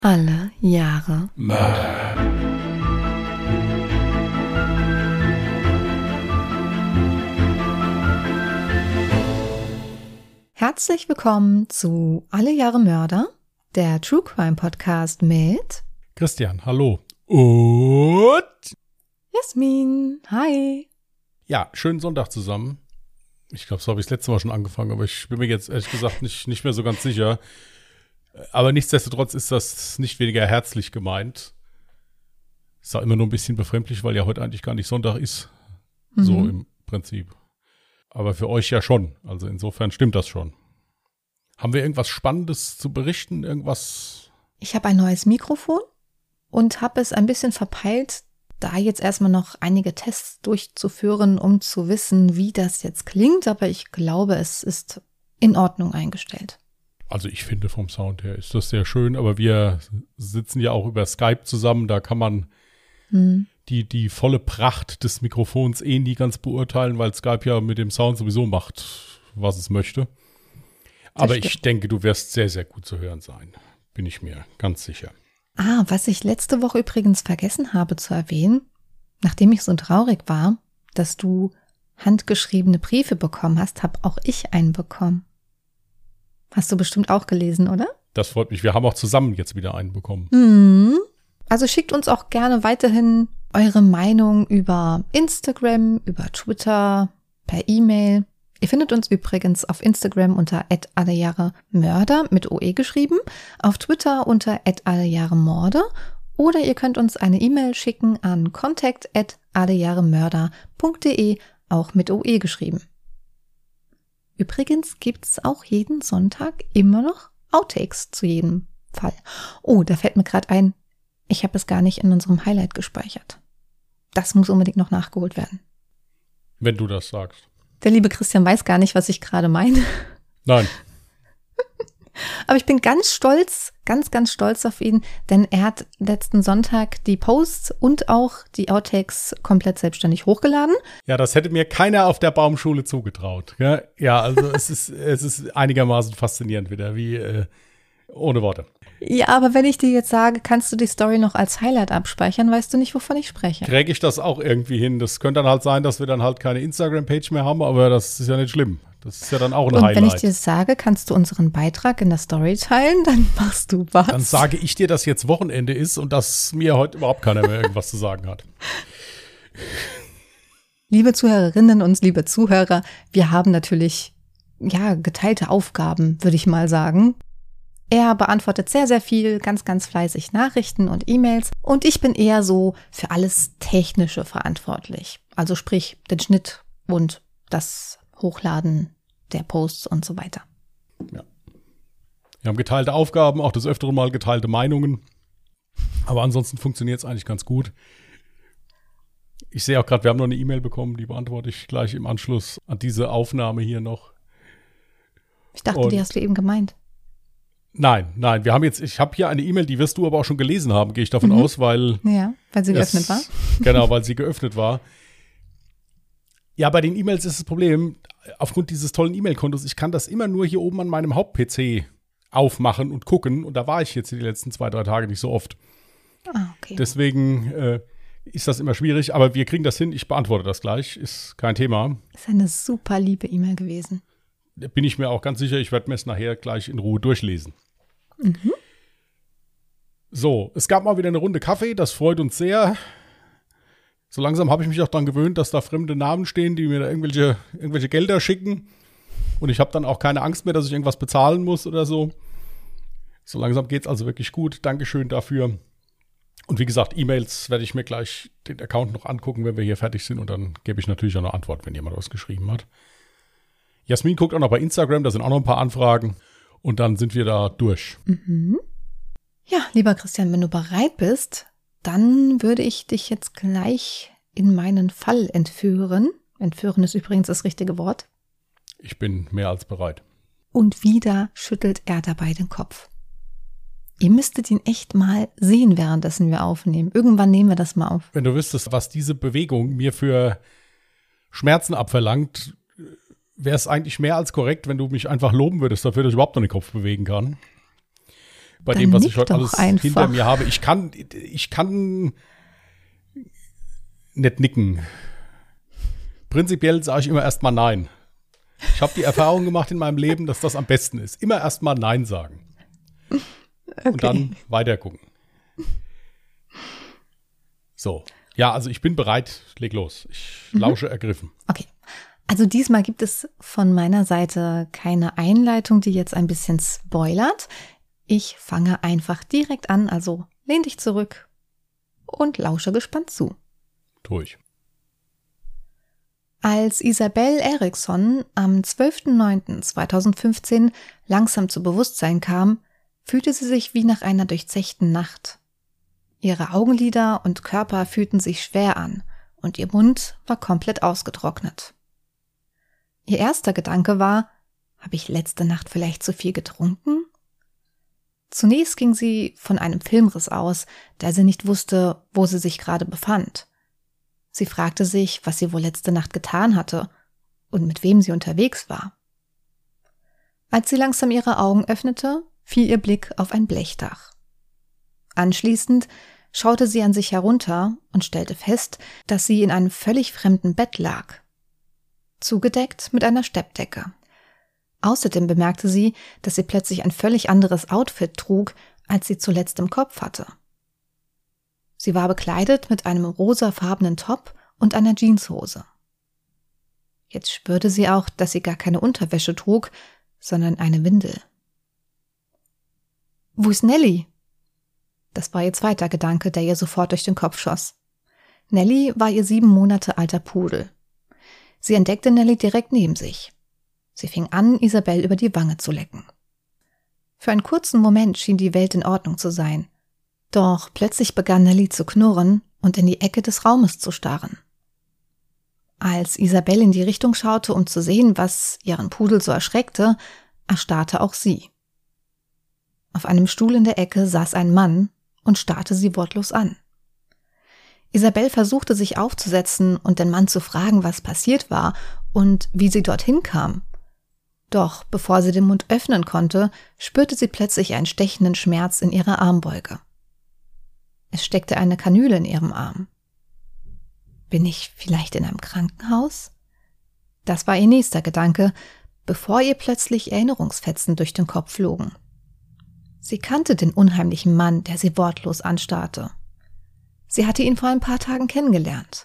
Alle Jahre Mörder. Herzlich willkommen zu Alle Jahre Mörder, der True Crime Podcast mit Christian, hallo. Und Jasmin, hi. ja, schönen Sonntag zusammen. Ich glaube, so habe ich das letzte Mal schon angefangen, aber ich bin mir jetzt ehrlich gesagt nicht mehr so ganz sicher. Aber nichtsdestotrotz ist das nicht weniger herzlich gemeint. Ist auch immer nur ein bisschen befremdlich, weil ja heute eigentlich gar nicht Sonntag ist. So im Prinzip. Aber für euch ja schon. Also insofern stimmt das schon. Haben wir irgendwas Spannendes zu berichten? Irgendwas? Ich habe ein neues Mikrofon und habe es ein bisschen verpeilt, da jetzt erstmal noch einige Tests durchzuführen, um zu wissen, wie das jetzt klingt. Aber ich glaube, es ist in Ordnung eingestellt. Also ich finde vom Sound her ist das sehr schön, aber wir sitzen ja auch über Skype zusammen, da kann man die volle Pracht des Mikrofons nie ganz beurteilen, weil Skype ja mit dem Sound sowieso macht, was es möchte. Aber ich denke, du wirst sehr, sehr gut zu hören sein, bin ich mir ganz sicher. Was ich letzte Woche übrigens vergessen habe zu erwähnen, nachdem ich so traurig war, dass du handgeschriebene Briefe bekommen hast, habe auch ich einen bekommen. Hast du bestimmt auch gelesen, oder? Das freut mich. Wir haben auch zusammen jetzt wieder einen bekommen. Also schickt uns auch gerne weiterhin eure Meinung über Instagram, über Twitter, per E-Mail. Ihr findet uns übrigens auf Instagram unter @allejahremörder mit OE geschrieben, auf Twitter unter @allejahremorde oder ihr könnt uns eine E-Mail schicken an contact@allejahremörder.de, auch mit OE geschrieben. Übrigens gibt's auch jeden Sonntag immer noch Outtakes zu jedem Fall. Oh, da fällt mir gerade ein, ich habe es gar nicht in unserem Highlight gespeichert. Das muss unbedingt noch nachgeholt werden. Wenn du das sagst. Der liebe Christian weiß gar nicht, was ich gerade meine. Nein. Aber ich bin ganz stolz, ganz stolz auf ihn, denn er hat letzten Sonntag die Posts und auch die Outtakes komplett selbstständig hochgeladen. Ja, das hätte mir keiner auf der Baumschule zugetraut. Ja, also es ist einigermaßen faszinierend wieder, wie ohne Worte. Ja, aber wenn ich dir jetzt sage, kannst du die Story noch als Highlight abspeichern, weißt du nicht, wovon ich spreche. Kriege ich das auch irgendwie hin. Das könnte dann halt sein, dass wir dann halt keine Instagram-Page mehr haben, aber das ist ja nicht schlimm. Das ist ja dann auch ein Highlight. Und wenn ich dir sage, kannst du unseren Beitrag in der Story teilen, dann machst du was. Dann sage ich dir, dass jetzt Wochenende ist und dass mir heute überhaupt keiner mehr irgendwas zu sagen hat. Liebe Zuhörerinnen und liebe Zuhörer, wir haben natürlich, geteilte Aufgaben, würde ich mal sagen. Er beantwortet sehr, sehr viel, ganz fleißig Nachrichten und E-Mails. Und ich bin eher so für alles Technische verantwortlich. Also sprich, den Schnitt und das Hochladen der Posts und so weiter. Ja. Wir haben geteilte Aufgaben, auch des Öfteren mal geteilte Meinungen. Aber ansonsten funktioniert es eigentlich ganz gut. Ich sehe auch gerade, wir haben noch eine E-Mail bekommen, die beantworte ich gleich im Anschluss an diese Aufnahme hier noch. Ich dachte, die hast du eben gemeint. Nein, ich habe hier eine E-Mail, die wirst du aber auch schon gelesen haben, gehe ich davon aus, weil sie geöffnet war. Genau, weil sie geöffnet war. Ja, bei den E-Mails ist das Problem, aufgrund dieses tollen E-Mail-Kontos, ich kann das immer nur hier oben an meinem Haupt-PC aufmachen und gucken. Und da war ich jetzt die letzten 2-3 Tage nicht so oft. Okay. Deswegen ist das immer schwierig. Aber wir kriegen das hin. Ich beantworte das gleich. Ist kein Thema. Ist eine super liebe E-Mail gewesen. Da bin ich mir auch ganz sicher. Ich werde mir es nachher gleich in Ruhe durchlesen. So, es gab mal wieder eine Runde Kaffee. Das freut uns sehr. So langsam habe ich mich auch daran gewöhnt, dass da fremde Namen stehen, die mir da irgendwelche Gelder schicken. Und ich habe dann auch keine Angst mehr, dass ich irgendwas bezahlen muss oder so. So langsam geht es also wirklich gut. Dankeschön dafür. Und wie gesagt, E-Mails werde ich mir gleich den Account noch angucken, wenn wir hier fertig sind. Und dann gebe ich natürlich auch eine Antwort, wenn jemand was geschrieben hat. Jasmin guckt auch noch bei Instagram, da sind auch noch ein paar Anfragen. Und dann sind wir da durch. Ja, lieber Christian, wenn du bereit bist, dann würde ich dich jetzt gleich in meinen Fall entführen. Entführen ist übrigens das richtige Wort. Ich bin mehr als bereit. Und wieder schüttelt er dabei den Kopf. Ihr müsstet ihn echt mal sehen, währenddessen wir aufnehmen. Irgendwann nehmen wir das mal auf. Wenn du wüsstest, was diese Bewegung mir für Schmerzen abverlangt, wäre es eigentlich mehr als korrekt, wenn du mich einfach loben würdest dafür, dass ich überhaupt noch den Kopf bewegen kann. bei Dann dem, was nick ich heute doch alles einfach. hinter mir habe. Ich kann nicht nicken. Prinzipiell sage ich immer erstmal Nein. Ich habe die Erfahrung gemacht in meinem Leben, dass das am besten ist. Immer erstmal Nein sagen. Okay. Und dann weiter gucken. So. Ja, also ich bin bereit. Leg los. Ich lausche ergriffen. Okay. Also diesmal gibt es von meiner Seite keine Einleitung, die jetzt ein bisschen spoilert. Ich fange einfach direkt an, also lehn dich zurück und lausche gespannt zu. Durch. Als Isabelle Eriksson am 12.09.2015 langsam zu Bewusstsein kam, fühlte sie sich wie nach einer durchzechten Nacht. Ihre Augenlider und Körper fühlten sich schwer an und ihr Mund war komplett ausgetrocknet. Ihr erster Gedanke war, habe ich letzte Nacht vielleicht zu viel getrunken? Zunächst ging sie von einem Filmriss aus, da sie nicht wusste, wo sie sich gerade befand. Sie fragte sich, was sie wohl letzte Nacht getan hatte und mit wem sie unterwegs war. Als sie langsam ihre Augen öffnete, fiel ihr Blick auf ein Blechdach. Anschließend schaute sie an sich herunter und stellte fest, dass sie in einem völlig fremden Bett lag, zugedeckt mit einer Steppdecke. Außerdem bemerkte sie, dass sie plötzlich ein völlig anderes Outfit trug, als sie zuletzt im Kopf hatte. Sie war bekleidet mit einem rosafarbenen Top und einer Jeanshose. Jetzt spürte sie auch, dass sie gar keine Unterwäsche trug, sondern eine Windel. Wo ist Nelly? Das war ihr zweiter Gedanke, der ihr sofort durch den Kopf schoss. Nelly war ihr 7 Monate alter Pudel. Sie entdeckte Nelly direkt neben sich. Sie fing an, Isabelle über die Wange zu lecken. Für einen kurzen Moment schien die Welt in Ordnung zu sein. Doch plötzlich begann Nelly zu knurren und in die Ecke des Raumes zu starren. Als Isabelle in die Richtung schaute, um zu sehen, was ihren Pudel so erschreckte, erstarrte auch sie. Auf einem Stuhl in der Ecke saß ein Mann und starrte sie wortlos an. Isabelle versuchte sich aufzusetzen und den Mann zu fragen, was passiert war und wie sie dorthin kam. Doch bevor sie den Mund öffnen konnte, spürte sie plötzlich einen stechenden Schmerz in ihrer Armbeuge. Es steckte eine Kanüle in ihrem Arm. Bin ich vielleicht in einem Krankenhaus? Das war ihr nächster Gedanke, bevor ihr plötzlich Erinnerungsfetzen durch den Kopf flogen. Sie kannte den unheimlichen Mann, der sie wortlos anstarrte. Sie hatte ihn vor ein paar Tagen kennengelernt.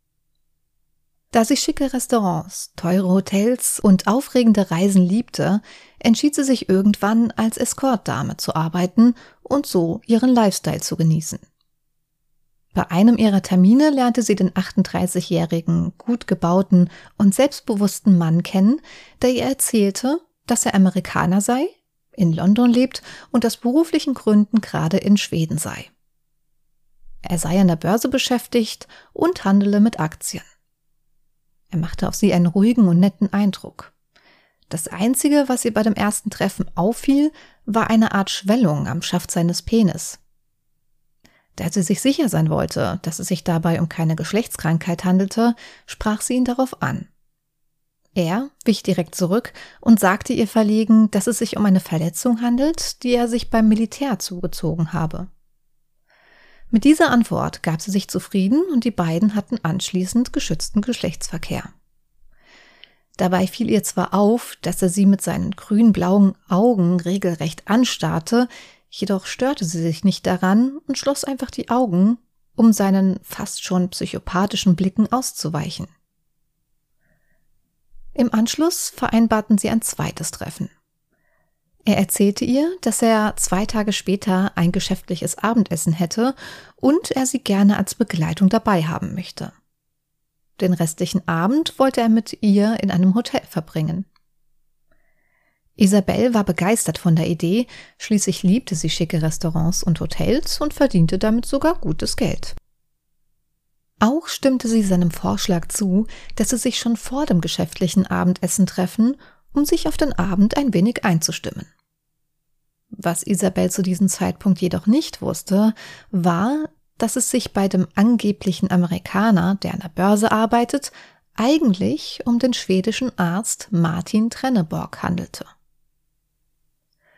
Da sie schicke Restaurants, teure Hotels und aufregende Reisen liebte, entschied sie sich irgendwann als Escortdame zu arbeiten und so ihren Lifestyle zu genießen. Bei einem ihrer Termine lernte sie den 38-jährigen, gut gebauten und selbstbewussten Mann kennen, der ihr erzählte, dass er Amerikaner sei, in London lebt und aus beruflichen Gründen gerade in Schweden sei. Er sei an der Börse beschäftigt und handele mit Aktien. Er machte auf sie einen ruhigen und netten Eindruck. Das Einzige, was ihr bei dem ersten Treffen auffiel, war eine Art Schwellung am Schaft seines Penis. Da sie sich sicher sein wollte, dass es sich dabei um keine Geschlechtskrankheit handelte, sprach sie ihn darauf an. Er wich direkt zurück und sagte ihr verlegen, dass es sich um eine Verletzung handelt, die er sich beim Militär zugezogen habe. Mit dieser Antwort gab sie sich zufrieden und die beiden hatten anschließend geschützten Geschlechtsverkehr. Dabei fiel ihr zwar auf, dass er sie mit seinen grün-blauen Augen regelrecht anstarrte, jedoch störte sie sich nicht daran und schloss einfach die Augen, um seinen fast schon psychopathischen Blicken auszuweichen. Im Anschluss vereinbarten sie ein zweites Treffen. Er erzählte ihr, dass er 2 Tage später ein geschäftliches Abendessen hätte und er sie gerne als Begleitung dabei haben möchte. Den restlichen Abend wollte er mit ihr in einem Hotel verbringen. Isabelle war begeistert von der Idee, schließlich liebte sie schicke Restaurants und Hotels und verdiente damit sogar gutes Geld. Auch stimmte sie seinem Vorschlag zu, dass sie sich schon vor dem geschäftlichen Abendessen treffen, um sich auf den Abend ein wenig einzustimmen. Was Isabelle zu diesem Zeitpunkt jedoch nicht wusste, war, dass es sich bei dem angeblichen Amerikaner, der an der Börse arbeitet, eigentlich um den schwedischen Arzt Martin Trenneborg handelte.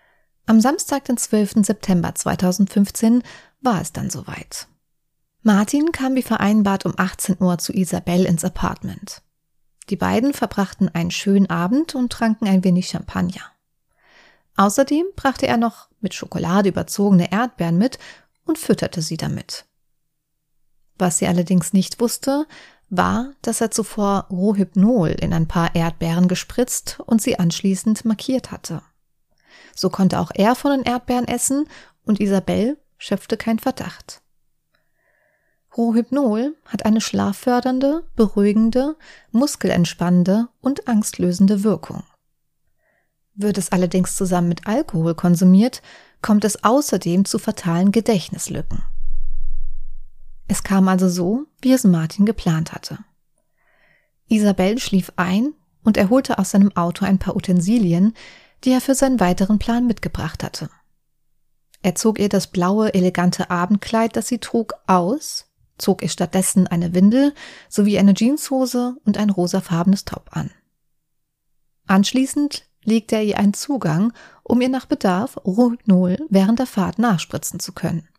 Am Samstag, den 12. September 2015, war es dann soweit. Martin kam wie vereinbart um 18 Uhr zu Isabel ins Apartment. Die beiden verbrachten einen schönen Abend und tranken ein wenig Champagner. Außerdem brachte er noch mit Schokolade überzogene Erdbeeren mit und fütterte sie damit. Was sie allerdings nicht wusste, war, dass er zuvor Rohypnol in ein paar Erdbeeren gespritzt und sie anschließend markiert hatte. So konnte auch er von den Erdbeeren essen und Isabel schöpfte keinen Verdacht. Rohypnol hat eine schlaffördernde, beruhigende, muskelentspannende und angstlösende Wirkung. Wird es allerdings zusammen mit Alkohol konsumiert, kommt es außerdem zu fatalen Gedächtnislücken. Es kam also so, wie es Martin geplant hatte. Isabel schlief ein und er holte aus seinem Auto ein paar Utensilien, die er für seinen weiteren Plan mitgebracht hatte. Er zog ihr das blaue, elegante Abendkleid, das sie trug, aus, zog ihr stattdessen eine Windel sowie eine Jeanshose und ein rosafarbenes Top an. Anschließend legte er ihr einen Zugang, um ihr nach Bedarf Rohypnol während der Fahrt nachspritzen zu können.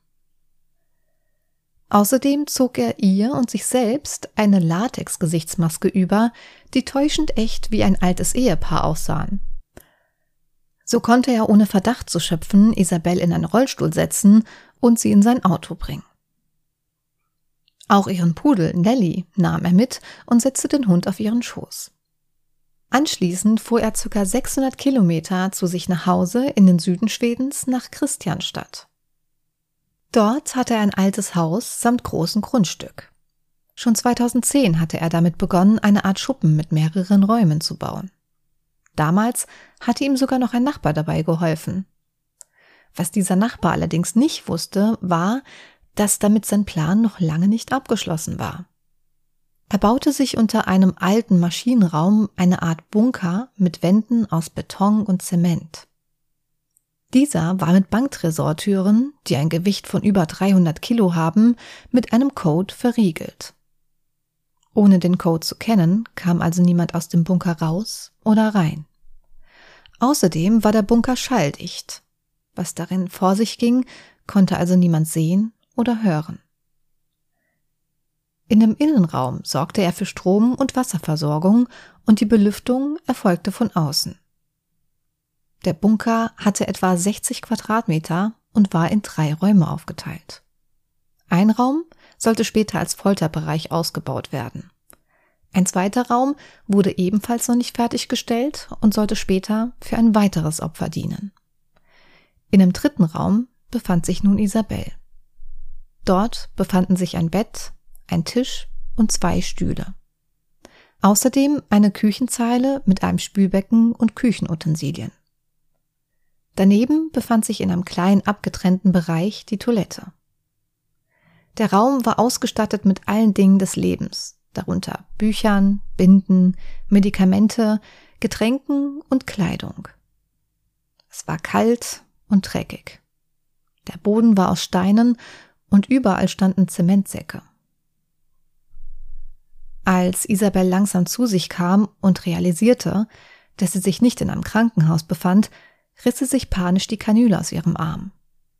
Außerdem zog er ihr und sich selbst eine Latex-Gesichtsmaske über, die täuschend echt wie ein altes Ehepaar aussahen. So konnte er ohne Verdacht zu schöpfen Isabel in einen Rollstuhl setzen und sie in sein Auto bringen. Auch ihren Pudel Nelly nahm er mit und setzte den Hund auf ihren Schoß. Anschließend fuhr er ca. 600 Kilometer zu sich nach Hause in den Süden Schwedens nach Kristianstad. Dort hatte er ein altes Haus samt großem Grundstück. Schon 2010 hatte er damit begonnen, eine Art Schuppen mit mehreren Räumen zu bauen. Damals hatte ihm sogar noch ein Nachbar dabei geholfen. Was dieser Nachbar allerdings nicht wusste, war, dass damit sein Plan noch lange nicht abgeschlossen war. Er baute sich unter einem alten Maschinenraum eine Art Bunker mit Wänden aus Beton und Zement. Dieser war mit Banktresortüren, die ein Gewicht von über 300 Kilo haben, mit einem Code verriegelt. Ohne den Code zu kennen, kam also niemand aus dem Bunker raus oder rein. Außerdem war der Bunker schalldicht. Was darin vor sich ging, konnte also niemand sehen oder hören. In dem Innenraum sorgte er für Strom- und Wasserversorgung und die Belüftung erfolgte von außen. Der Bunker hatte etwa 60 Quadratmeter und war in 3 Räume aufgeteilt. Ein Raum sollte später als Folterbereich ausgebaut werden. Ein zweiter Raum wurde ebenfalls noch nicht fertiggestellt und sollte später für ein weiteres Opfer dienen. In dem 3. Raum befand sich nun Isabel. Dort befanden sich ein Bett, ein Tisch und 2 Stühle. Außerdem eine Küchenzeile mit einem Spülbecken und Küchenutensilien. Daneben befand sich in einem kleinen abgetrennten Bereich die Toilette. Der Raum war ausgestattet mit allen Dingen des Lebens, darunter Büchern, Binden, Medikamente, Getränken und Kleidung. Es war kalt und dreckig. Der Boden war aus Steinen und überall standen Zementsäcke. Als Isabel langsam zu sich kam und realisierte, dass sie sich nicht in einem Krankenhaus befand, riss sie sich panisch die Kanüle aus ihrem Arm.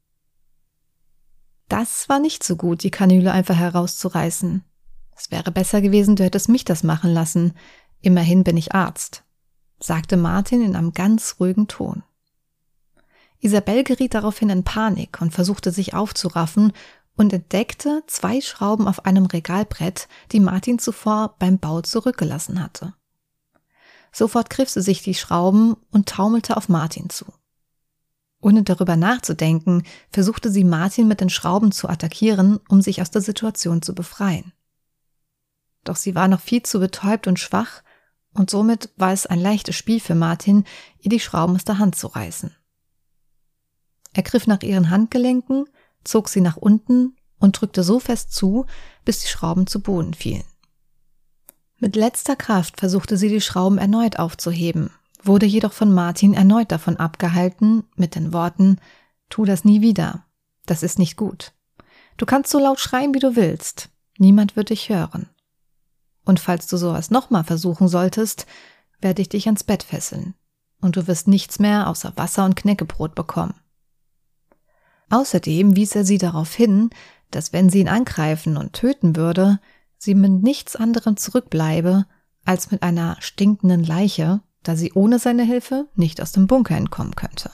Das war nicht so gut, die Kanüle einfach herauszureißen. Es wäre besser gewesen, du hättest mich das machen lassen. Immerhin bin ich Arzt, sagte Martin in einem ganz ruhigen Ton. Isabel geriet daraufhin in Panik und versuchte sich aufzuraffen und entdeckte 2 Schrauben auf einem Regalbrett, die Martin zuvor beim Bau zurückgelassen hatte. Sofort griff sie sich die Schrauben und taumelte auf Martin zu. Ohne darüber nachzudenken, versuchte sie Martin mit den Schrauben zu attackieren, um sich aus der Situation zu befreien. Doch sie war noch viel zu betäubt und schwach und somit war es ein leichtes Spiel für Martin, ihr die Schrauben aus der Hand zu reißen. Er griff nach ihren Handgelenken, zog sie nach unten und drückte so fest zu, bis die Schrauben zu Boden fielen. Mit letzter Kraft versuchte sie, die Schrauben erneut aufzuheben, wurde jedoch von Martin erneut davon abgehalten, mit den Worten: Tu das nie wieder, das ist nicht gut. Du kannst so laut schreien, wie du willst, niemand wird dich hören. Und falls du sowas nochmal versuchen solltest, werde ich dich ans Bett fesseln. und du wirst nichts mehr außer Wasser und Knäckebrot bekommen. Außerdem wies er sie darauf hin, dass wenn sie ihn angreifen und töten würde, sie mit nichts anderem zurückbleibe als mit einer stinkenden Leiche, da sie ohne seine Hilfe nicht aus dem Bunker entkommen könnte.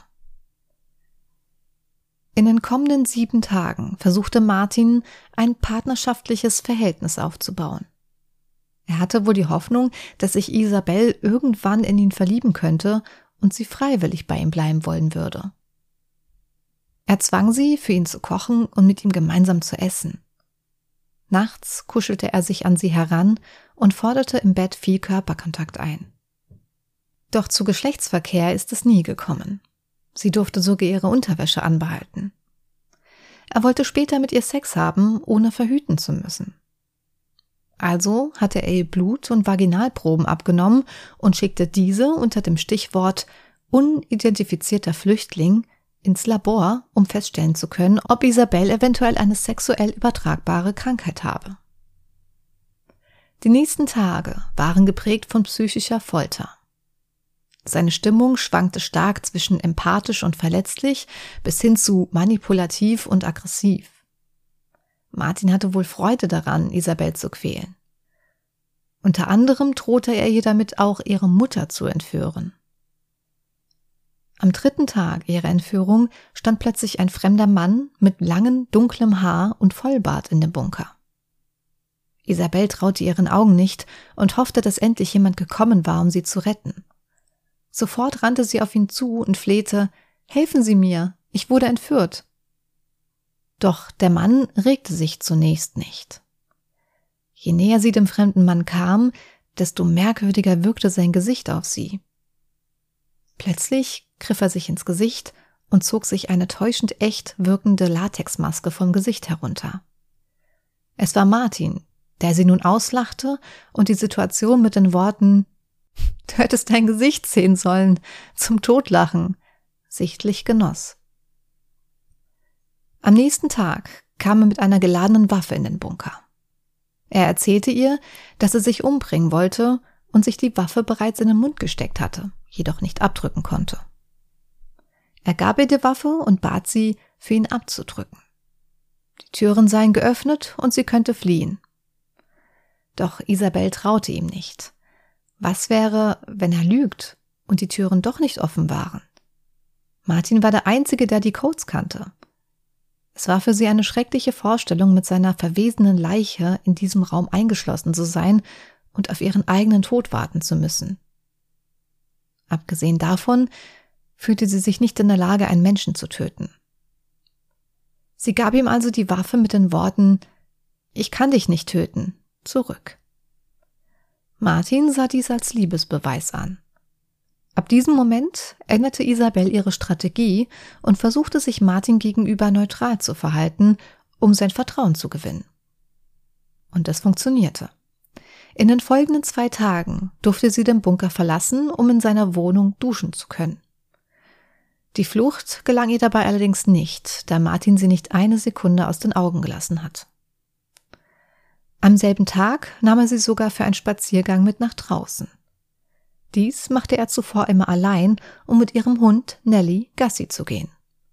In den kommenden 7 Tagen versuchte Martin, ein partnerschaftliches Verhältnis aufzubauen. Er hatte wohl die Hoffnung, dass sich Isabel irgendwann in ihn verlieben könnte und sie freiwillig bei ihm bleiben wollen würde. Er zwang sie, für ihn zu kochen und mit ihm gemeinsam zu essen. Nachts kuschelte er sich an sie heran und forderte im Bett viel Körperkontakt ein. Doch zu Geschlechtsverkehr ist es nie gekommen. Sie durfte sogar ihre Unterwäsche anbehalten. Er wollte später mit ihr Sex haben, ohne verhüten zu müssen. Also hatte er ihr Blut- und Vaginalproben abgenommen und schickte diese unter dem Stichwort unidentifizierter Flüchtling ins Labor, um feststellen zu können, ob Isabel eventuell eine sexuell übertragbare Krankheit habe. Die nächsten Tage waren geprägt von psychischer Folter. Seine Stimmung schwankte stark zwischen empathisch und verletzlich bis hin zu manipulativ und aggressiv. Martin hatte wohl Freude daran, Isabel zu quälen. Unter anderem drohte er ihr damit auch, ihre Mutter zu entführen. Am 3. Tag ihrer Entführung stand plötzlich ein fremder Mann mit langem, dunklem Haar und Vollbart in dem Bunker. Isabel traute ihren Augen nicht und hoffte, dass endlich jemand gekommen war, um sie zu retten. Sofort rannte sie auf ihn zu und flehte: »Helfen Sie mir, ich wurde entführt.« Doch der Mann regte sich zunächst nicht. Je näher sie dem fremden Mann kam, desto merkwürdiger wirkte sein Gesicht auf sie. Plötzlich griff er sich ins Gesicht und zog sich eine täuschend echt wirkende Latexmaske vom Gesicht herunter. Es war Martin, der sie nun auslachte und die Situation mit den Worten »Du hättest dein Gesicht sehen sollen« zum Totlachen sichtlich genoss. Am nächsten Tag kam er mit einer geladenen Waffe in den Bunker. Er erzählte ihr, dass er sich umbringen wollte und sich die Waffe bereits in den Mund gesteckt hatte, jedoch nicht abdrücken konnte. Er gab ihr die Waffe und bat sie, für ihn abzudrücken. Die Türen seien geöffnet und sie könnte fliehen. Doch Isabel traute ihm nicht. Was wäre, wenn er lügt und die Türen doch nicht offen waren? Martin war der Einzige, der die Codes kannte. Es war für sie eine schreckliche Vorstellung, mit seiner verwesenen Leiche in diesem Raum eingeschlossen zu sein und auf ihren eigenen Tod warten zu müssen. Abgesehen davon fühlte sie sich nicht in der Lage, einen Menschen zu töten. Sie gab ihm also die Waffe mit den Worten: »Ich kann dich nicht töten«, zurück. Martin sah dies als Liebesbeweis an. Ab diesem Moment änderte Isabel ihre Strategie und versuchte sich Martin gegenüber neutral zu verhalten, um sein Vertrauen zu gewinnen. Und es funktionierte. In den folgenden 2 Tagen durfte sie den Bunker verlassen, um in seiner Wohnung duschen zu können. Die Flucht gelang ihr dabei allerdings nicht, da Martin sie nicht eine Sekunde aus den Augen gelassen hat. Am selben Tag nahm er sie sogar für einen Spaziergang mit nach draußen. Dies machte er zuvor immer allein, um mit ihrem Hund Nelly Gassi zu gehen.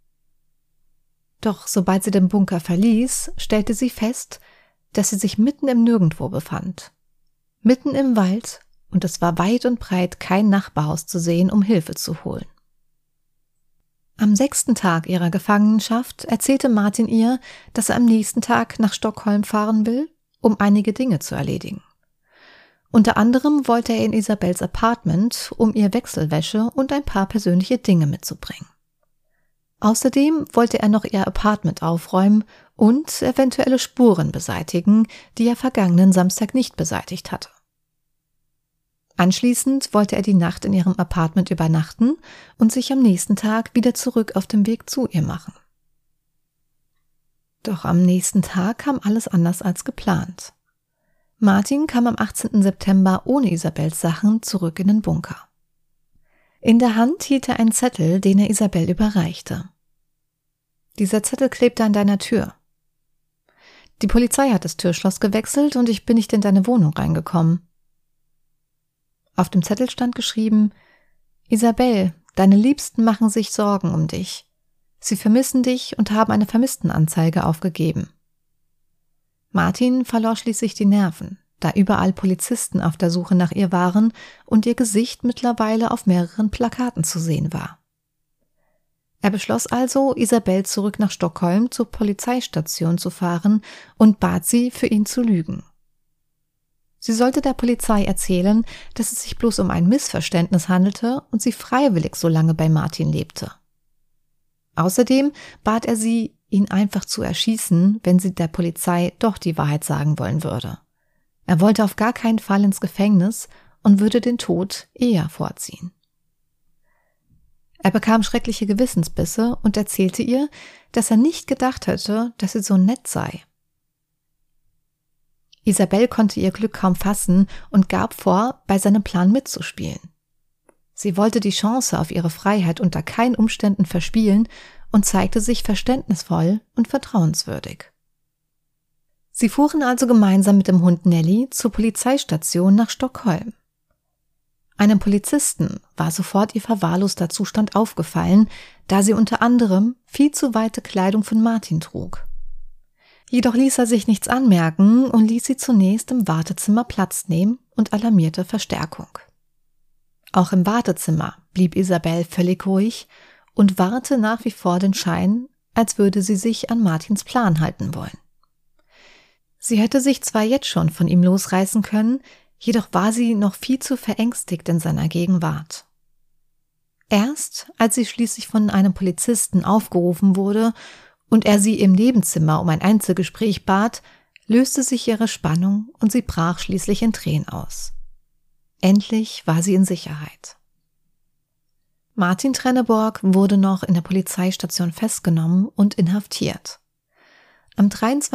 Doch sobald sie den Bunker verließ, stellte sie fest, dass sie sich mitten im Nirgendwo befand. Mitten im Wald, und es war weit und breit kein Nachbarhaus zu sehen, um Hilfe zu holen. Am 6. Tag ihrer Gefangenschaft erzählte Martin ihr, dass er am nächsten Tag nach Stockholm fahren will, um einige Dinge zu erledigen. Unter anderem wollte er in Isabels Apartment, um ihr Wechselwäsche und ein paar persönliche Dinge mitzubringen. Außerdem wollte er noch ihr Apartment aufräumen und eventuelle Spuren beseitigen, die er vergangenen Samstag nicht beseitigt hatte. Anschließend wollte er die Nacht in ihrem Apartment übernachten und sich am nächsten Tag wieder zurück auf dem Weg zu ihr machen. Doch am nächsten Tag kam alles anders als geplant. Martin kam am 18. September ohne Isabels Sachen zurück in den Bunker. In der Hand hielt er einen Zettel, den er Isabel überreichte. Dieser Zettel klebte an deiner Tür. Die Polizei hat das Türschloss gewechselt und ich bin nicht in deine Wohnung reingekommen. Auf dem Zettel stand geschrieben: Isabel, deine Liebsten machen sich Sorgen um dich. Sie vermissen dich und haben eine Vermisstenanzeige aufgegeben. Martin verlor schließlich die Nerven, da überall Polizisten auf der Suche nach ihr waren und ihr Gesicht mittlerweile auf mehreren Plakaten zu sehen war. Er beschloss also, Isabel zurück nach Stockholm zur Polizeistation zu fahren und bat sie, für ihn zu lügen. Sie sollte der Polizei erzählen, dass es sich bloß um ein Missverständnis handelte und sie freiwillig so lange bei Martin lebte. Außerdem bat er sie, ihn einfach zu erschießen, wenn sie der Polizei doch die Wahrheit sagen wollen würde. Er wollte auf gar keinen Fall ins Gefängnis und würde den Tod eher vorziehen. Er bekam schreckliche Gewissensbisse und erzählte ihr, dass er nicht gedacht hätte, dass sie so nett sei. Isabel konnte ihr Glück kaum fassen und gab vor, bei seinem Plan mitzuspielen. Sie wollte die Chance auf ihre Freiheit unter keinen Umständen verspielen und zeigte sich verständnisvoll und vertrauenswürdig. Sie fuhren also gemeinsam mit dem Hund Nelly zur Polizeistation nach Stockholm. Einem Polizisten war sofort ihr verwahrloster Zustand aufgefallen, da sie unter anderem viel zu weite Kleidung von Martin trug. Jedoch ließ er sich nichts anmerken und ließ sie zunächst im Wartezimmer Platz nehmen und alarmierte Verstärkung. Auch im Wartezimmer blieb Isabel völlig ruhig und wahrte nach wie vor den Schein, als würde sie sich an Martins Plan halten wollen. Sie hätte sich zwar jetzt schon von ihm losreißen können, jedoch war sie noch viel zu verängstigt in seiner Gegenwart. Erst als sie schließlich von einem Polizisten aufgerufen wurde und er sie im Nebenzimmer um ein Einzelgespräch bat, löste sich ihre Spannung und sie brach schließlich in Tränen aus. Endlich war sie in Sicherheit. Martin Trenneborg wurde noch in der Polizeistation festgenommen und inhaftiert. Am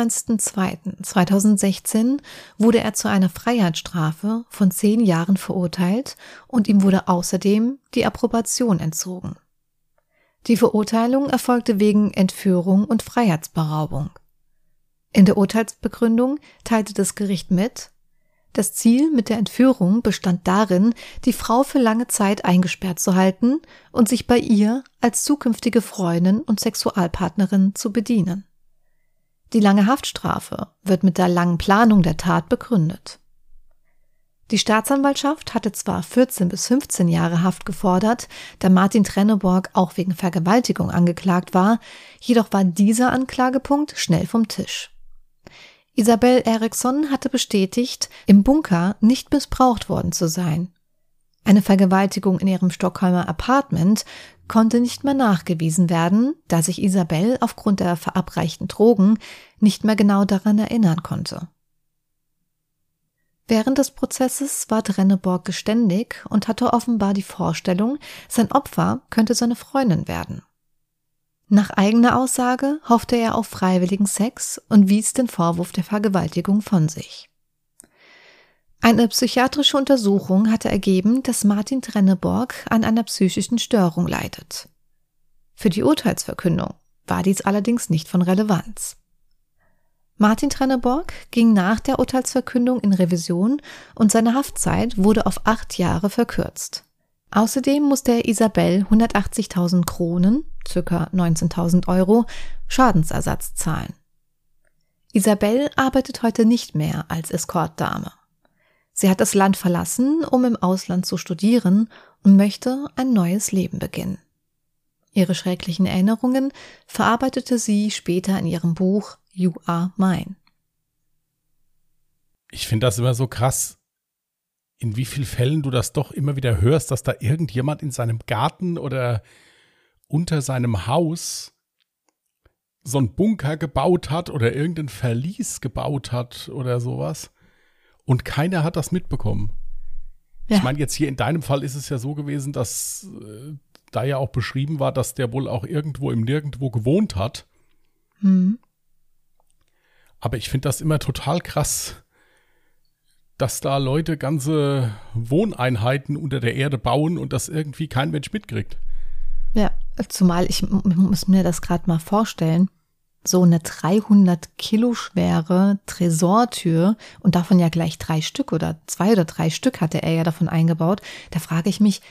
23.02.2016 wurde er zu einer Freiheitsstrafe von 10 Jahren verurteilt und ihm wurde außerdem die Approbation entzogen. Die Verurteilung erfolgte wegen Entführung und Freiheitsberaubung. In der Urteilsbegründung teilte das Gericht mit: Das Ziel mit der Entführung bestand darin, die Frau für lange Zeit eingesperrt zu halten und sich bei ihr als zukünftige Freundin und Sexualpartnerin zu bedienen. Die lange Haftstrafe wird mit der langen Planung der Tat begründet. Die Staatsanwaltschaft hatte zwar 14 bis 15 Jahre Haft gefordert, da Martin Trenneborg auch wegen Vergewaltigung angeklagt war, jedoch war dieser Anklagepunkt schnell vom Tisch. Isabel Eriksson hatte bestätigt, im Bunker nicht missbraucht worden zu sein. Eine Vergewaltigung in ihrem Stockholmer Apartment konnte nicht mehr nachgewiesen werden, da sich Isabel aufgrund der verabreichten Drogen nicht mehr genau daran erinnern konnte. Während des Prozesses war Trenneborg geständig und hatte offenbar die Vorstellung, sein Opfer könnte seine Freundin werden. Nach eigener Aussage hoffte er auf freiwilligen Sex und wies den Vorwurf der Vergewaltigung von sich. Eine psychiatrische Untersuchung hatte ergeben, dass Martin Trenneborg an einer psychischen Störung leidet. Für die Urteilsverkündung war dies allerdings nicht von Relevanz. Martin Trenneborg ging nach der Urteilsverkündung in Revision und seine Haftzeit wurde auf 8 Jahre verkürzt. Außerdem musste er Isabel 180.000 Kronen, ca. 19.000 Euro, Schadensersatz zahlen. Isabel arbeitet heute nicht mehr als Escortdame. Sie hat das Land verlassen, um im Ausland zu studieren und möchte ein neues Leben beginnen. Ihre schrecklichen Erinnerungen verarbeitete sie später in ihrem Buch You Are Mine. Ich finde das immer so krass, in wie vielen Fällen du das doch immer wieder hörst, dass da irgendjemand in seinem Garten oder unter seinem Haus so einen Bunker gebaut hat oder irgendein Verlies gebaut hat oder sowas und keiner hat das mitbekommen. Ja. Ich meine, jetzt hier in deinem Fall ist es ja so gewesen, dass da ja auch beschrieben war, dass der wohl auch irgendwo im Nirgendwo gewohnt hat. Mhm. Aber ich finde das immer total krass, dass da Leute ganze Wohneinheiten unter der Erde bauen und das irgendwie kein Mensch mitkriegt. Ja, zumal ich muss mir das gerade mal vorstellen, so eine 300 Kilo schwere Tresortür und davon ja gleich 3 Stück oder 2 oder 3 Stück hatte er ja davon eingebaut. Da frage ich mich,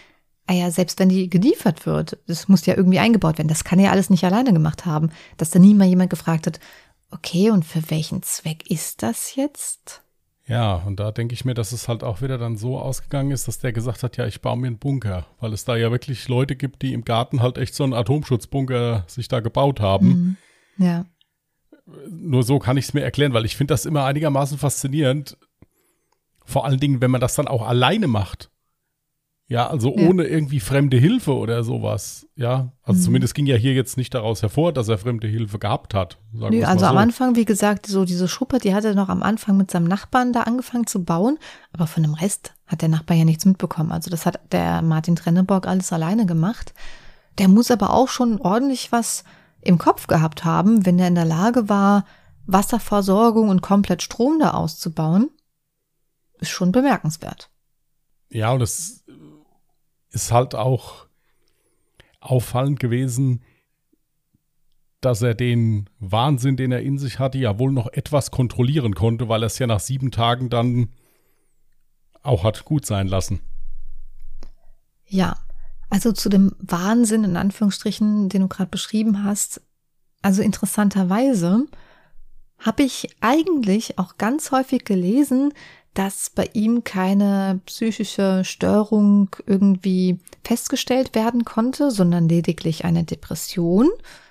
ja, selbst wenn die geliefert wird, das muss ja irgendwie eingebaut werden. Das kann er ja alles nicht alleine gemacht haben. Dass da nie mal jemand gefragt hat, okay, und für welchen Zweck ist das jetzt? Ja, und da denke ich mir, dass es halt auch wieder dann so ausgegangen ist, dass der gesagt hat, ja, ich baue mir einen Bunker. Weil es da ja wirklich Leute gibt, die im Garten halt echt so einen Atomschutzbunker sich da gebaut haben. Ja. Nur so kann ich es mir erklären, weil ich finde das immer einigermaßen faszinierend. Vor allen Dingen, wenn man das dann auch alleine macht. Ja, also ohne irgendwie fremde Hilfe oder sowas. Ja, also zumindest ging ja hier jetzt nicht daraus hervor, dass er fremde Hilfe gehabt hat. Nö, also am Anfang, wie gesagt, so diese Schuppe, die hat er noch am Anfang mit seinem Nachbarn da angefangen zu bauen. Aber von dem Rest hat der Nachbar ja nichts mitbekommen. Also das hat der Martin Trenneborg alles alleine gemacht. Der muss aber auch schon ordentlich was im Kopf gehabt haben, wenn er in der Lage war, Wasserversorgung und komplett Strom da auszubauen. Ist schon bemerkenswert. Ja, und es ist halt auch auffallend gewesen, dass er den Wahnsinn, den er in sich hatte, ja wohl noch etwas kontrollieren konnte, weil er es ja nach 7 Tagen dann auch hat gut sein lassen. Ja, also zu dem Wahnsinn, in Anführungsstrichen, den du gerade beschrieben hast, also interessanterweise habe ich eigentlich auch ganz häufig gelesen, dass bei ihm keine psychische Störung irgendwie festgestellt werden konnte, sondern lediglich eine Depression.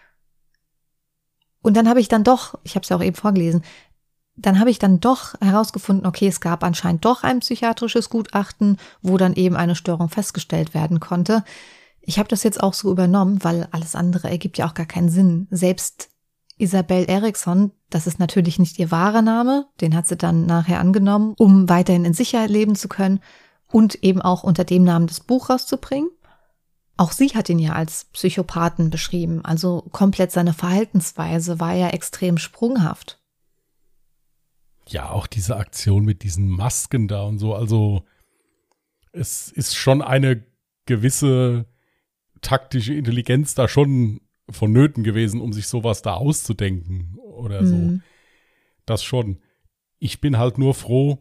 Und dann habe ich dann doch, ich habe es ja auch eben vorgelesen, dann habe ich dann doch herausgefunden, okay, es gab anscheinend doch ein psychiatrisches Gutachten, wo dann eben eine Störung festgestellt werden konnte. Ich habe das jetzt auch so übernommen, weil alles andere ergibt ja auch gar keinen Sinn. Selbst Isabel Eriksson, das ist natürlich nicht ihr wahrer Name, den hat sie dann nachher angenommen, um weiterhin in Sicherheit leben zu können und eben auch unter dem Namen das Buch rauszubringen. Auch sie hat ihn ja als Psychopathen beschrieben, also komplett seine Verhaltensweise war ja extrem sprunghaft. Ja, auch diese Aktion mit diesen Masken da und so, also es ist schon eine gewisse taktische Intelligenz da schon vonnöten gewesen, um sich sowas da auszudenken oder so. Das schon. Ich bin halt nur froh,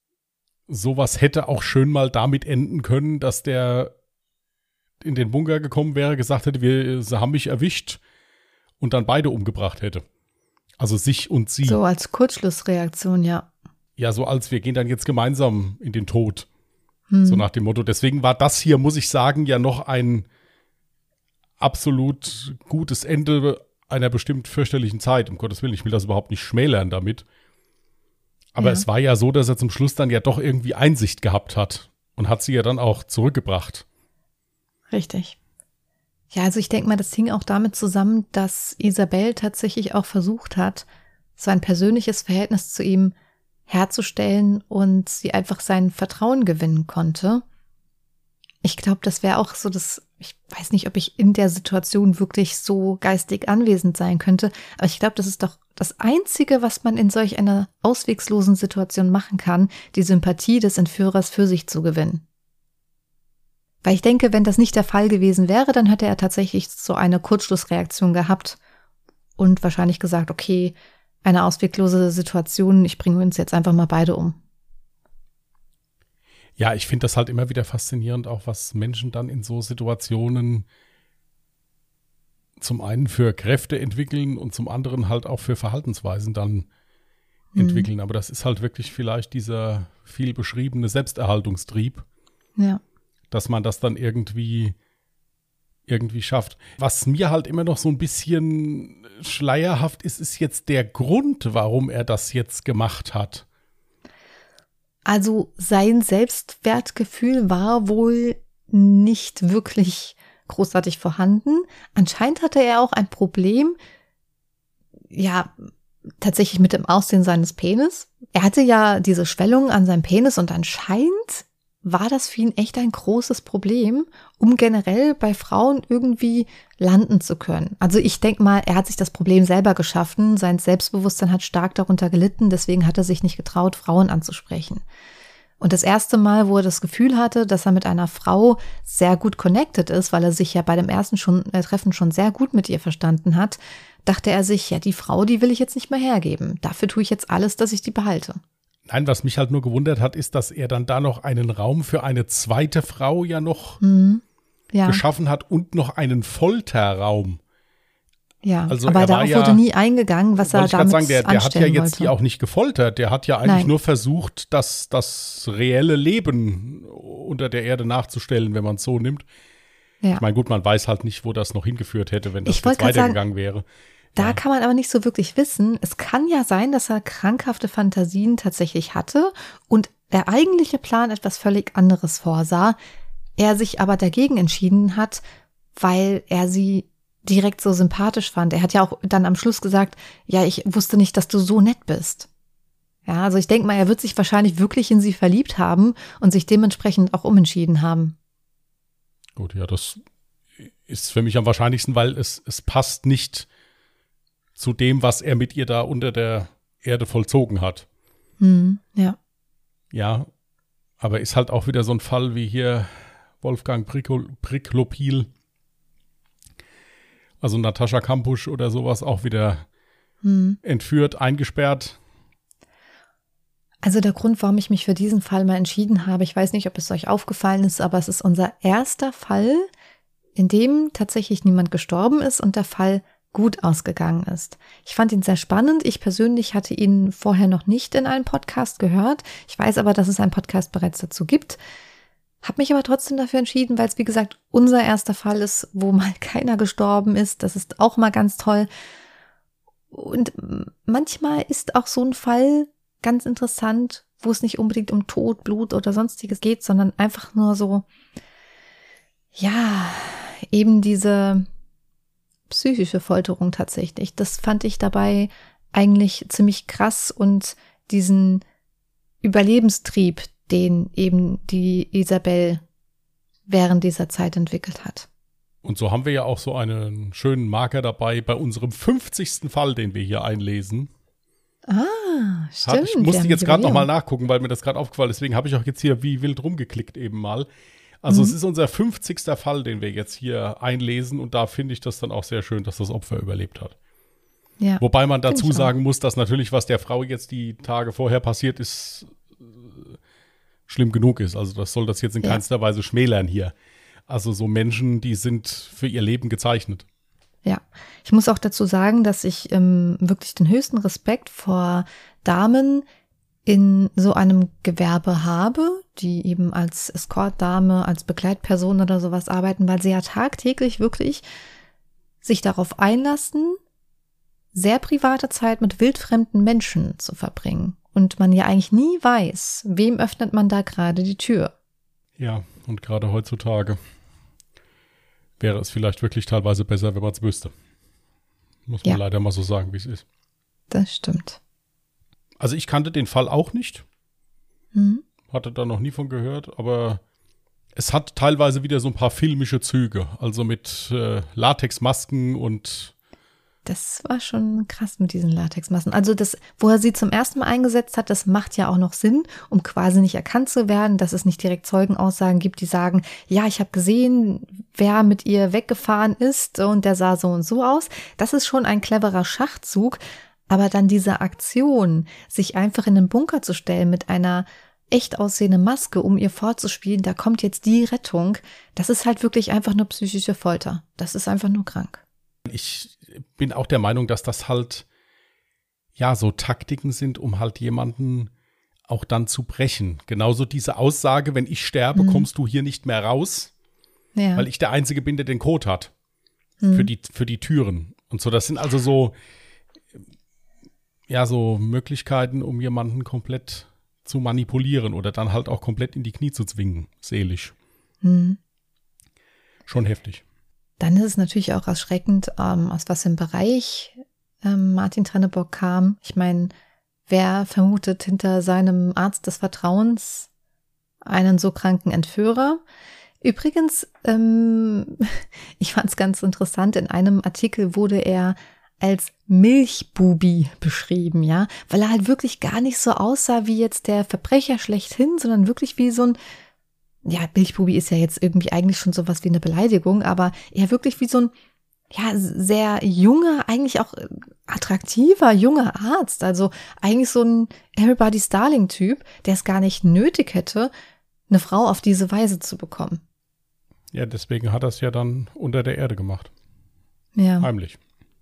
sowas hätte auch schön mal damit enden können, dass der in den Bunker gekommen wäre, gesagt hätte, sie haben mich erwischt und dann beide umgebracht hätte. Also sich und sie. So als Kurzschlussreaktion, ja. Ja, so als wir gehen dann jetzt gemeinsam in den Tod. So nach dem Motto. Deswegen war das hier, muss ich sagen, ja noch ein absolut gutes Ende einer bestimmt fürchterlichen Zeit. Um Gottes Willen, ich will das überhaupt nicht schmälern damit. Aber es war ja so, dass er zum Schluss dann ja doch irgendwie Einsicht gehabt hat und hat sie ja dann auch zurückgebracht. Richtig. Ja, also ich denke mal, das hing auch damit zusammen, dass Isabel tatsächlich auch versucht hat, so ein persönliches Verhältnis zu ihm herzustellen und sie einfach sein Vertrauen gewinnen konnte. Ich glaube, das wäre auch so ich weiß nicht, ob ich in der Situation wirklich so geistig anwesend sein könnte, aber ich glaube, das ist doch das Einzige, was man in solch einer ausweglosen Situation machen kann, die Sympathie des Entführers für sich zu gewinnen. Weil ich denke, wenn das nicht der Fall gewesen wäre, dann hätte er tatsächlich so eine Kurzschlussreaktion gehabt und wahrscheinlich gesagt, okay, eine ausweglose Situation, ich bringe uns jetzt einfach mal beide um. Ja, ich finde das halt immer wieder faszinierend, auch was Menschen dann in so Situationen zum einen für Kräfte entwickeln und zum anderen halt auch für Verhaltensweisen dann entwickeln. Aber das ist halt wirklich vielleicht dieser viel beschriebene Selbsterhaltungstrieb, dass man das dann irgendwie schafft. Was mir halt immer noch so ein bisschen schleierhaft ist, ist jetzt der Grund, warum er das jetzt gemacht hat. Also sein Selbstwertgefühl war wohl nicht wirklich großartig vorhanden. Anscheinend hatte er auch ein Problem, ja, tatsächlich mit dem Aussehen seines Penis. Er hatte ja diese Schwellung an seinem Penis und anscheinend war das für ihn echt ein großes Problem, um generell bei Frauen irgendwie landen zu können. Also ich denke mal, er hat sich das Problem selber geschaffen, sein Selbstbewusstsein hat stark darunter gelitten, deswegen hat er sich nicht getraut, Frauen anzusprechen. Und das erste Mal, wo er das Gefühl hatte, dass er mit einer Frau sehr gut connected ist, weil er sich ja bei dem ersten Treffen schon sehr gut mit ihr verstanden hat, dachte er sich, ja, die Frau, die will ich jetzt nicht mehr hergeben. Dafür tue ich jetzt alles, dass ich die behalte. Nein, was mich halt nur gewundert hat, ist, dass er dann da noch einen Raum für eine zweite Frau ja noch geschaffen hat und noch einen Folterraum. Ja, also aber darauf wurde nie eingegangen, was er damit sagen, der hat ja jetzt wollte. die auch nicht gefoltert. Der hat ja eigentlich nur versucht, das reelle Leben unter der Erde nachzustellen, wenn man es so nimmt. Ja. Ich meine, gut, man weiß halt nicht, wo das noch hingeführt hätte, wenn das jetzt weitergegangen wäre. Da kann man aber nicht so wirklich wissen. Es kann ja sein, dass er krankhafte Fantasien tatsächlich hatte und der eigentliche Plan etwas völlig anderes vorsah. Er sich aber dagegen entschieden hat, weil er sie direkt so sympathisch fand. Er hat ja auch dann am Schluss gesagt, ja, ich wusste nicht, dass du so nett bist. Ja, also ich denke mal, er wird sich wahrscheinlich wirklich in sie verliebt haben und sich dementsprechend auch umentschieden haben. Gut, ja, das ist für mich am wahrscheinlichsten, weil es passt nicht zu dem, was er mit ihr da unter der Erde vollzogen hat. Ja. Ja, aber ist halt auch wieder so ein Fall wie hier Wolfgang Priklopil, also Natascha Kampusch oder sowas, auch wieder entführt, eingesperrt. Also der Grund, warum ich mich für diesen Fall mal entschieden habe, ich weiß nicht, ob es euch aufgefallen ist, aber es ist unser erster Fall, in dem tatsächlich niemand gestorben ist und der Fall gut ausgegangen ist. Ich fand ihn sehr spannend. Ich persönlich hatte ihn vorher noch nicht in einem Podcast gehört. Ich weiß aber, dass es einen Podcast bereits dazu gibt. Habe mich aber trotzdem dafür entschieden, weil es, wie gesagt, unser erster Fall ist, wo mal keiner gestorben ist. Das ist auch mal ganz toll. Und manchmal ist auch so ein Fall ganz interessant, wo es nicht unbedingt um Tod, Blut oder Sonstiges geht, sondern einfach nur so, ja, eben diese psychische Folterung tatsächlich. Das fand ich dabei eigentlich ziemlich krass und diesen Überlebenstrieb, den eben die Isabel während dieser Zeit entwickelt hat. Und so haben wir ja auch so einen schönen Marker dabei bei unserem 50. Fall, den wir hier einlesen. Stimmt. Ich musste jetzt gerade nochmal nachgucken, weil mir das gerade aufgefallen ist. Deswegen habe ich auch jetzt hier wie wild rumgeklickt eben mal. Also es ist unser 50. Fall, den wir jetzt hier einlesen. Und da finde ich das dann auch sehr schön, dass das Opfer überlebt hat. Ja, wobei man dazu sagen muss, dass natürlich, was der Frau jetzt die Tage vorher passiert ist, schlimm genug ist. Also das soll das jetzt in keinster Weise schmälern hier. Also so Menschen, die sind für ihr Leben gezeichnet. Ja, ich muss auch dazu sagen, dass ich wirklich den höchsten Respekt vor Damen in so einem Gewerbe habe, die eben als Escort-Dame, als Begleitperson oder sowas arbeiten, weil sie ja tagtäglich wirklich sich darauf einlassen, sehr private Zeit mit wildfremden Menschen zu verbringen. Und man ja eigentlich nie weiß, wem öffnet man da gerade die Tür. Ja, und gerade heutzutage wäre es vielleicht wirklich teilweise besser, wenn man es wüsste. Muss man leider mal so sagen, wie es ist. Das stimmt. Also ich kannte den Fall auch nicht. Hatte da noch nie von gehört, aber es hat teilweise wieder so ein paar filmische Züge. Also mit Latexmasken und das war schon krass mit diesen Latexmasken. Also das, wo er sie zum ersten Mal eingesetzt hat, das macht ja auch noch Sinn, um quasi nicht erkannt zu werden, dass es nicht direkt Zeugenaussagen gibt, die sagen, ja, ich habe gesehen, wer mit ihr weggefahren ist und der sah so und so aus. Das ist schon ein cleverer Schachzug, aber dann diese Aktion, sich einfach in den Bunker zu stellen mit einer echt aussehenden Maske, um ihr vorzuspielen, da kommt jetzt die Rettung, das ist halt wirklich einfach nur psychische Folter. Das ist einfach nur krank. Ich bin auch der Meinung, dass das halt ja so Taktiken sind, um halt jemanden auch dann zu brechen. Genauso diese Aussage, wenn ich sterbe, kommst du hier nicht mehr raus, weil ich der Einzige bin, der den Code hat für die Türen. Und so, das sind also so so Möglichkeiten, um jemanden komplett zu manipulieren oder dann halt auch komplett in die Knie zu zwingen, seelisch. Schon heftig. Dann ist es natürlich auch erschreckend, aus was im Bereich Martin Trennebock kam. Ich meine, wer vermutet hinter seinem Arzt des Vertrauens einen so kranken Entführer? Übrigens, ich fand es ganz interessant, in einem Artikel wurde er als Milchbubi beschrieben, ja, weil er halt wirklich gar nicht so aussah wie jetzt der Verbrecher schlechthin, sondern wirklich wie so ein, ja, Milchbubi ist ja jetzt irgendwie eigentlich schon sowas wie eine Beleidigung, aber eher wirklich wie so ein, ja, sehr junger, eigentlich auch attraktiver, junger Arzt, also eigentlich so ein Everybody's Darling-Typ, der es gar nicht nötig hätte, eine Frau auf diese Weise zu bekommen. Ja, deswegen hat er es ja dann unter der Erde gemacht. Ja. Heimlich.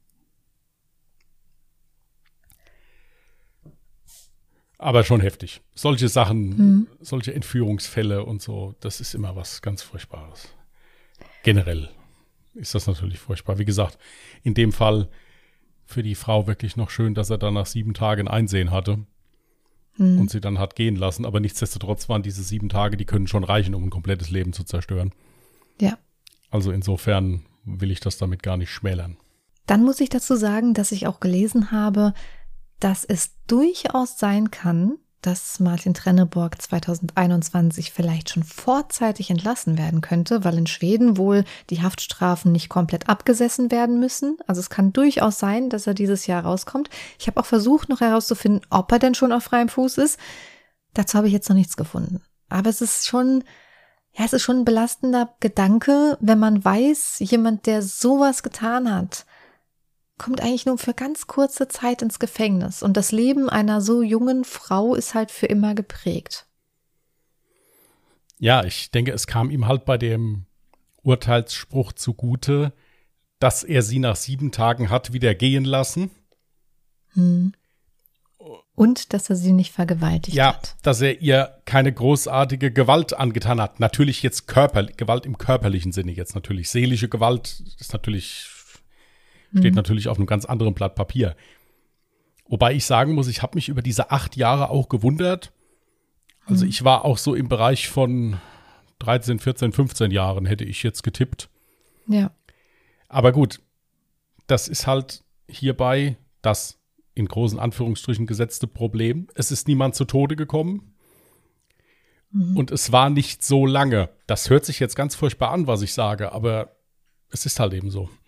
Aber schon heftig. Solche Sachen, solche Entführungsfälle und so, das ist immer was ganz Furchtbares. Generell ist das natürlich furchtbar. Wie gesagt, in dem Fall für die Frau wirklich noch schön, dass er dann nach 7 Tagen Einsehen hatte und sie dann hat gehen lassen. Aber nichtsdestotrotz waren diese 7 Tage, die können schon reichen, um ein komplettes Leben zu zerstören. Ja. Also insofern will ich das damit gar nicht schmälern. Dann muss ich dazu sagen, dass ich auch gelesen habe, dass es durchaus sein kann, dass Martin Trenneborg 2021 vielleicht schon vorzeitig entlassen werden könnte, weil in Schweden wohl die Haftstrafen nicht komplett abgesessen werden müssen. Also es kann durchaus sein, dass er dieses Jahr rauskommt. Ich habe auch versucht, noch herauszufinden, ob er denn schon auf freiem Fuß ist. Dazu habe ich jetzt noch nichts gefunden. Aber es ist schon ein belastender Gedanke, wenn man weiß, jemand, der sowas getan hat, kommt eigentlich nur für ganz kurze Zeit ins Gefängnis. Und das Leben einer so jungen Frau ist halt für immer geprägt. Ja, ich denke, es kam ihm halt bei dem Urteilsspruch zugute, dass er sie nach 7 Tagen hat wieder gehen lassen. Und dass er sie nicht vergewaltigt hat. Ja, dass er ihr keine großartige Gewalt angetan hat. Natürlich jetzt Gewalt im körperlichen Sinne jetzt natürlich. Seelische Gewalt ist natürlich steht natürlich auf einem ganz anderen Blatt Papier. Wobei ich sagen muss, ich habe mich über diese 8 Jahre auch gewundert. Also ich war auch so im Bereich von 13, 14, 15 Jahren, hätte ich jetzt getippt. Ja. Aber gut, das ist halt hierbei das in großen Anführungsstrichen gesetzte Problem. Es ist niemand zu Tode gekommen. Und es war nicht so lange. Das hört sich jetzt ganz furchtbar an, was ich sage, aber es ist halt eben so.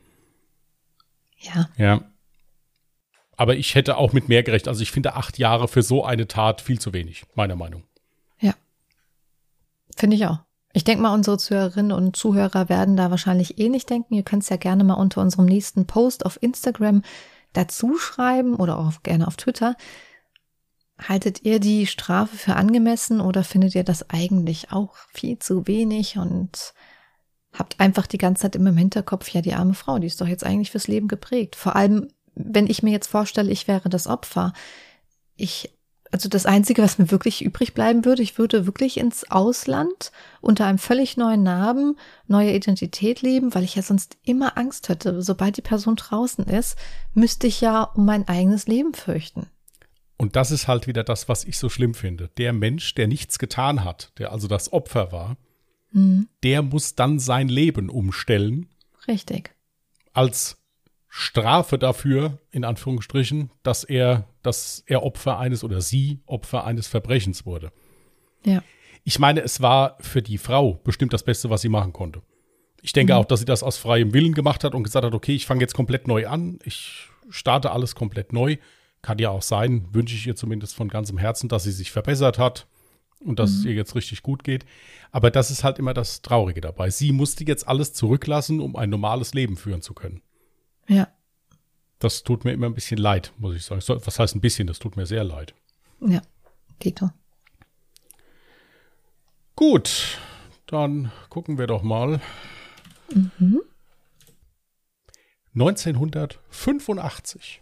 Ja. Aber ich hätte auch mit mehr gerechnet. Also ich finde 8 Jahre für so eine Tat viel zu wenig, meiner Meinung. Ja. Finde ich auch. Ich denke mal, unsere Zuhörerinnen und Zuhörer werden da wahrscheinlich nicht denken. Ihr könnt es ja gerne mal unter unserem nächsten Post auf Instagram dazu schreiben oder auch gerne auf Twitter. Haltet ihr die Strafe für angemessen oder findet ihr das eigentlich auch viel zu wenig und habt einfach die ganze Zeit immer im Hinterkopf, ja, die arme Frau, die ist doch jetzt eigentlich fürs Leben geprägt. Vor allem, wenn ich mir jetzt vorstelle, ich wäre das Opfer. Also das Einzige, was mir wirklich übrig bleiben würde, ich würde wirklich ins Ausland unter einem völlig neuen Namen, neue Identität leben, weil ich ja sonst immer Angst hätte. Sobald die Person draußen ist, müsste ich ja um mein eigenes Leben fürchten. Und das ist halt wieder das, was ich so schlimm finde. Der Mensch, der nichts getan hat, der also das Opfer war, der muss dann sein Leben umstellen. Richtig. Als Strafe dafür, in Anführungsstrichen, dass er Opfer eines oder sie Opfer eines Verbrechens wurde. Ja. Ich meine, es war für die Frau bestimmt das Beste, was sie machen konnte. Ich denke auch, dass sie das aus freiem Willen gemacht hat und gesagt hat, okay, ich fange jetzt komplett neu an, ich starte alles komplett neu. Kann ja auch sein, wünsche ich ihr zumindest von ganzem Herzen, dass sie sich verbessert hat und dass es ihr jetzt richtig gut geht. Aber das ist halt immer das Traurige dabei. Sie musste jetzt alles zurücklassen, um ein normales Leben führen zu können. Ja. Das tut mir immer ein bisschen leid, muss ich sagen. Was heißt ein bisschen? Das tut mir sehr leid. Ja, Tito. Gut, dann gucken wir doch mal. 1985.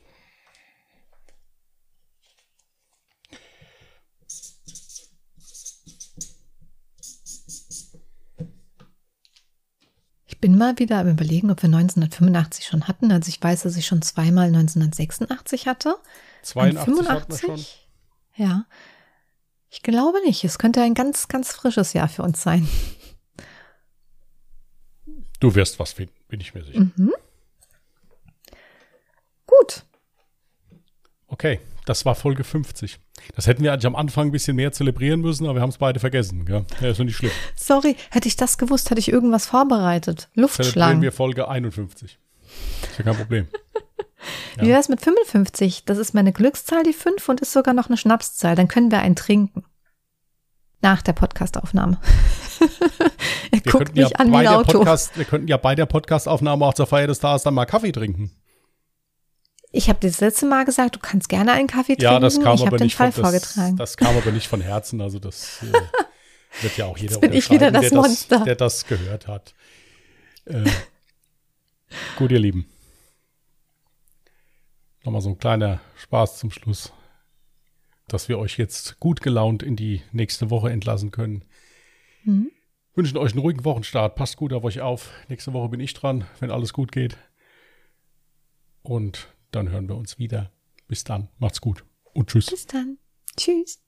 Ich bin mal wieder am Überlegen, ob wir 1985 schon hatten. Also ich weiß, dass ich schon zweimal 1986 hatte. 82 hatten wir schon. Ja. Ich glaube nicht. Es könnte ein ganz, ganz frisches Jahr für uns sein. Du wirst was finden, bin ich mir sicher. Gut. Okay, das war Folge 50. Das hätten wir eigentlich am Anfang ein bisschen mehr zelebrieren müssen, aber wir haben es beide vergessen. Gell? Ja, ist doch nicht schlimm. Sorry, hätte ich das gewusst, hätte ich irgendwas vorbereitet. Luftschlangen. Zelebrieren wir Folge 51. Ist ja kein Problem. Ja. Wie wäre es mit 55? Das ist meine Glückszahl, die 5, und ist sogar noch eine Schnapszahl. Dann können wir einen trinken. Nach der Podcastaufnahme. Er guckt mich an wie ein Auto. Wir könnten ja bei der Podcastaufnahme auch zur Feier des Tages dann mal Kaffee trinken. Ich habe dir das letzte Mal gesagt, du kannst gerne einen Kaffee trinken. Ja, das kam ich aber den nicht Fall von, vorgetragen. das kam aber nicht von Herzen. Also das wird ja auch jeder Jetzt bin ich wieder das Monster. Der das gehört hat. Gut, ihr Lieben. Nochmal so ein kleiner Spaß zum Schluss, dass wir euch jetzt gut gelaunt in die nächste Woche entlassen können. Wünschen euch einen ruhigen Wochenstart. Passt gut auf euch auf. Nächste Woche bin ich dran, wenn alles gut geht. Und dann hören wir uns wieder. Bis dann. Macht's gut und tschüss. Bis dann. Tschüss.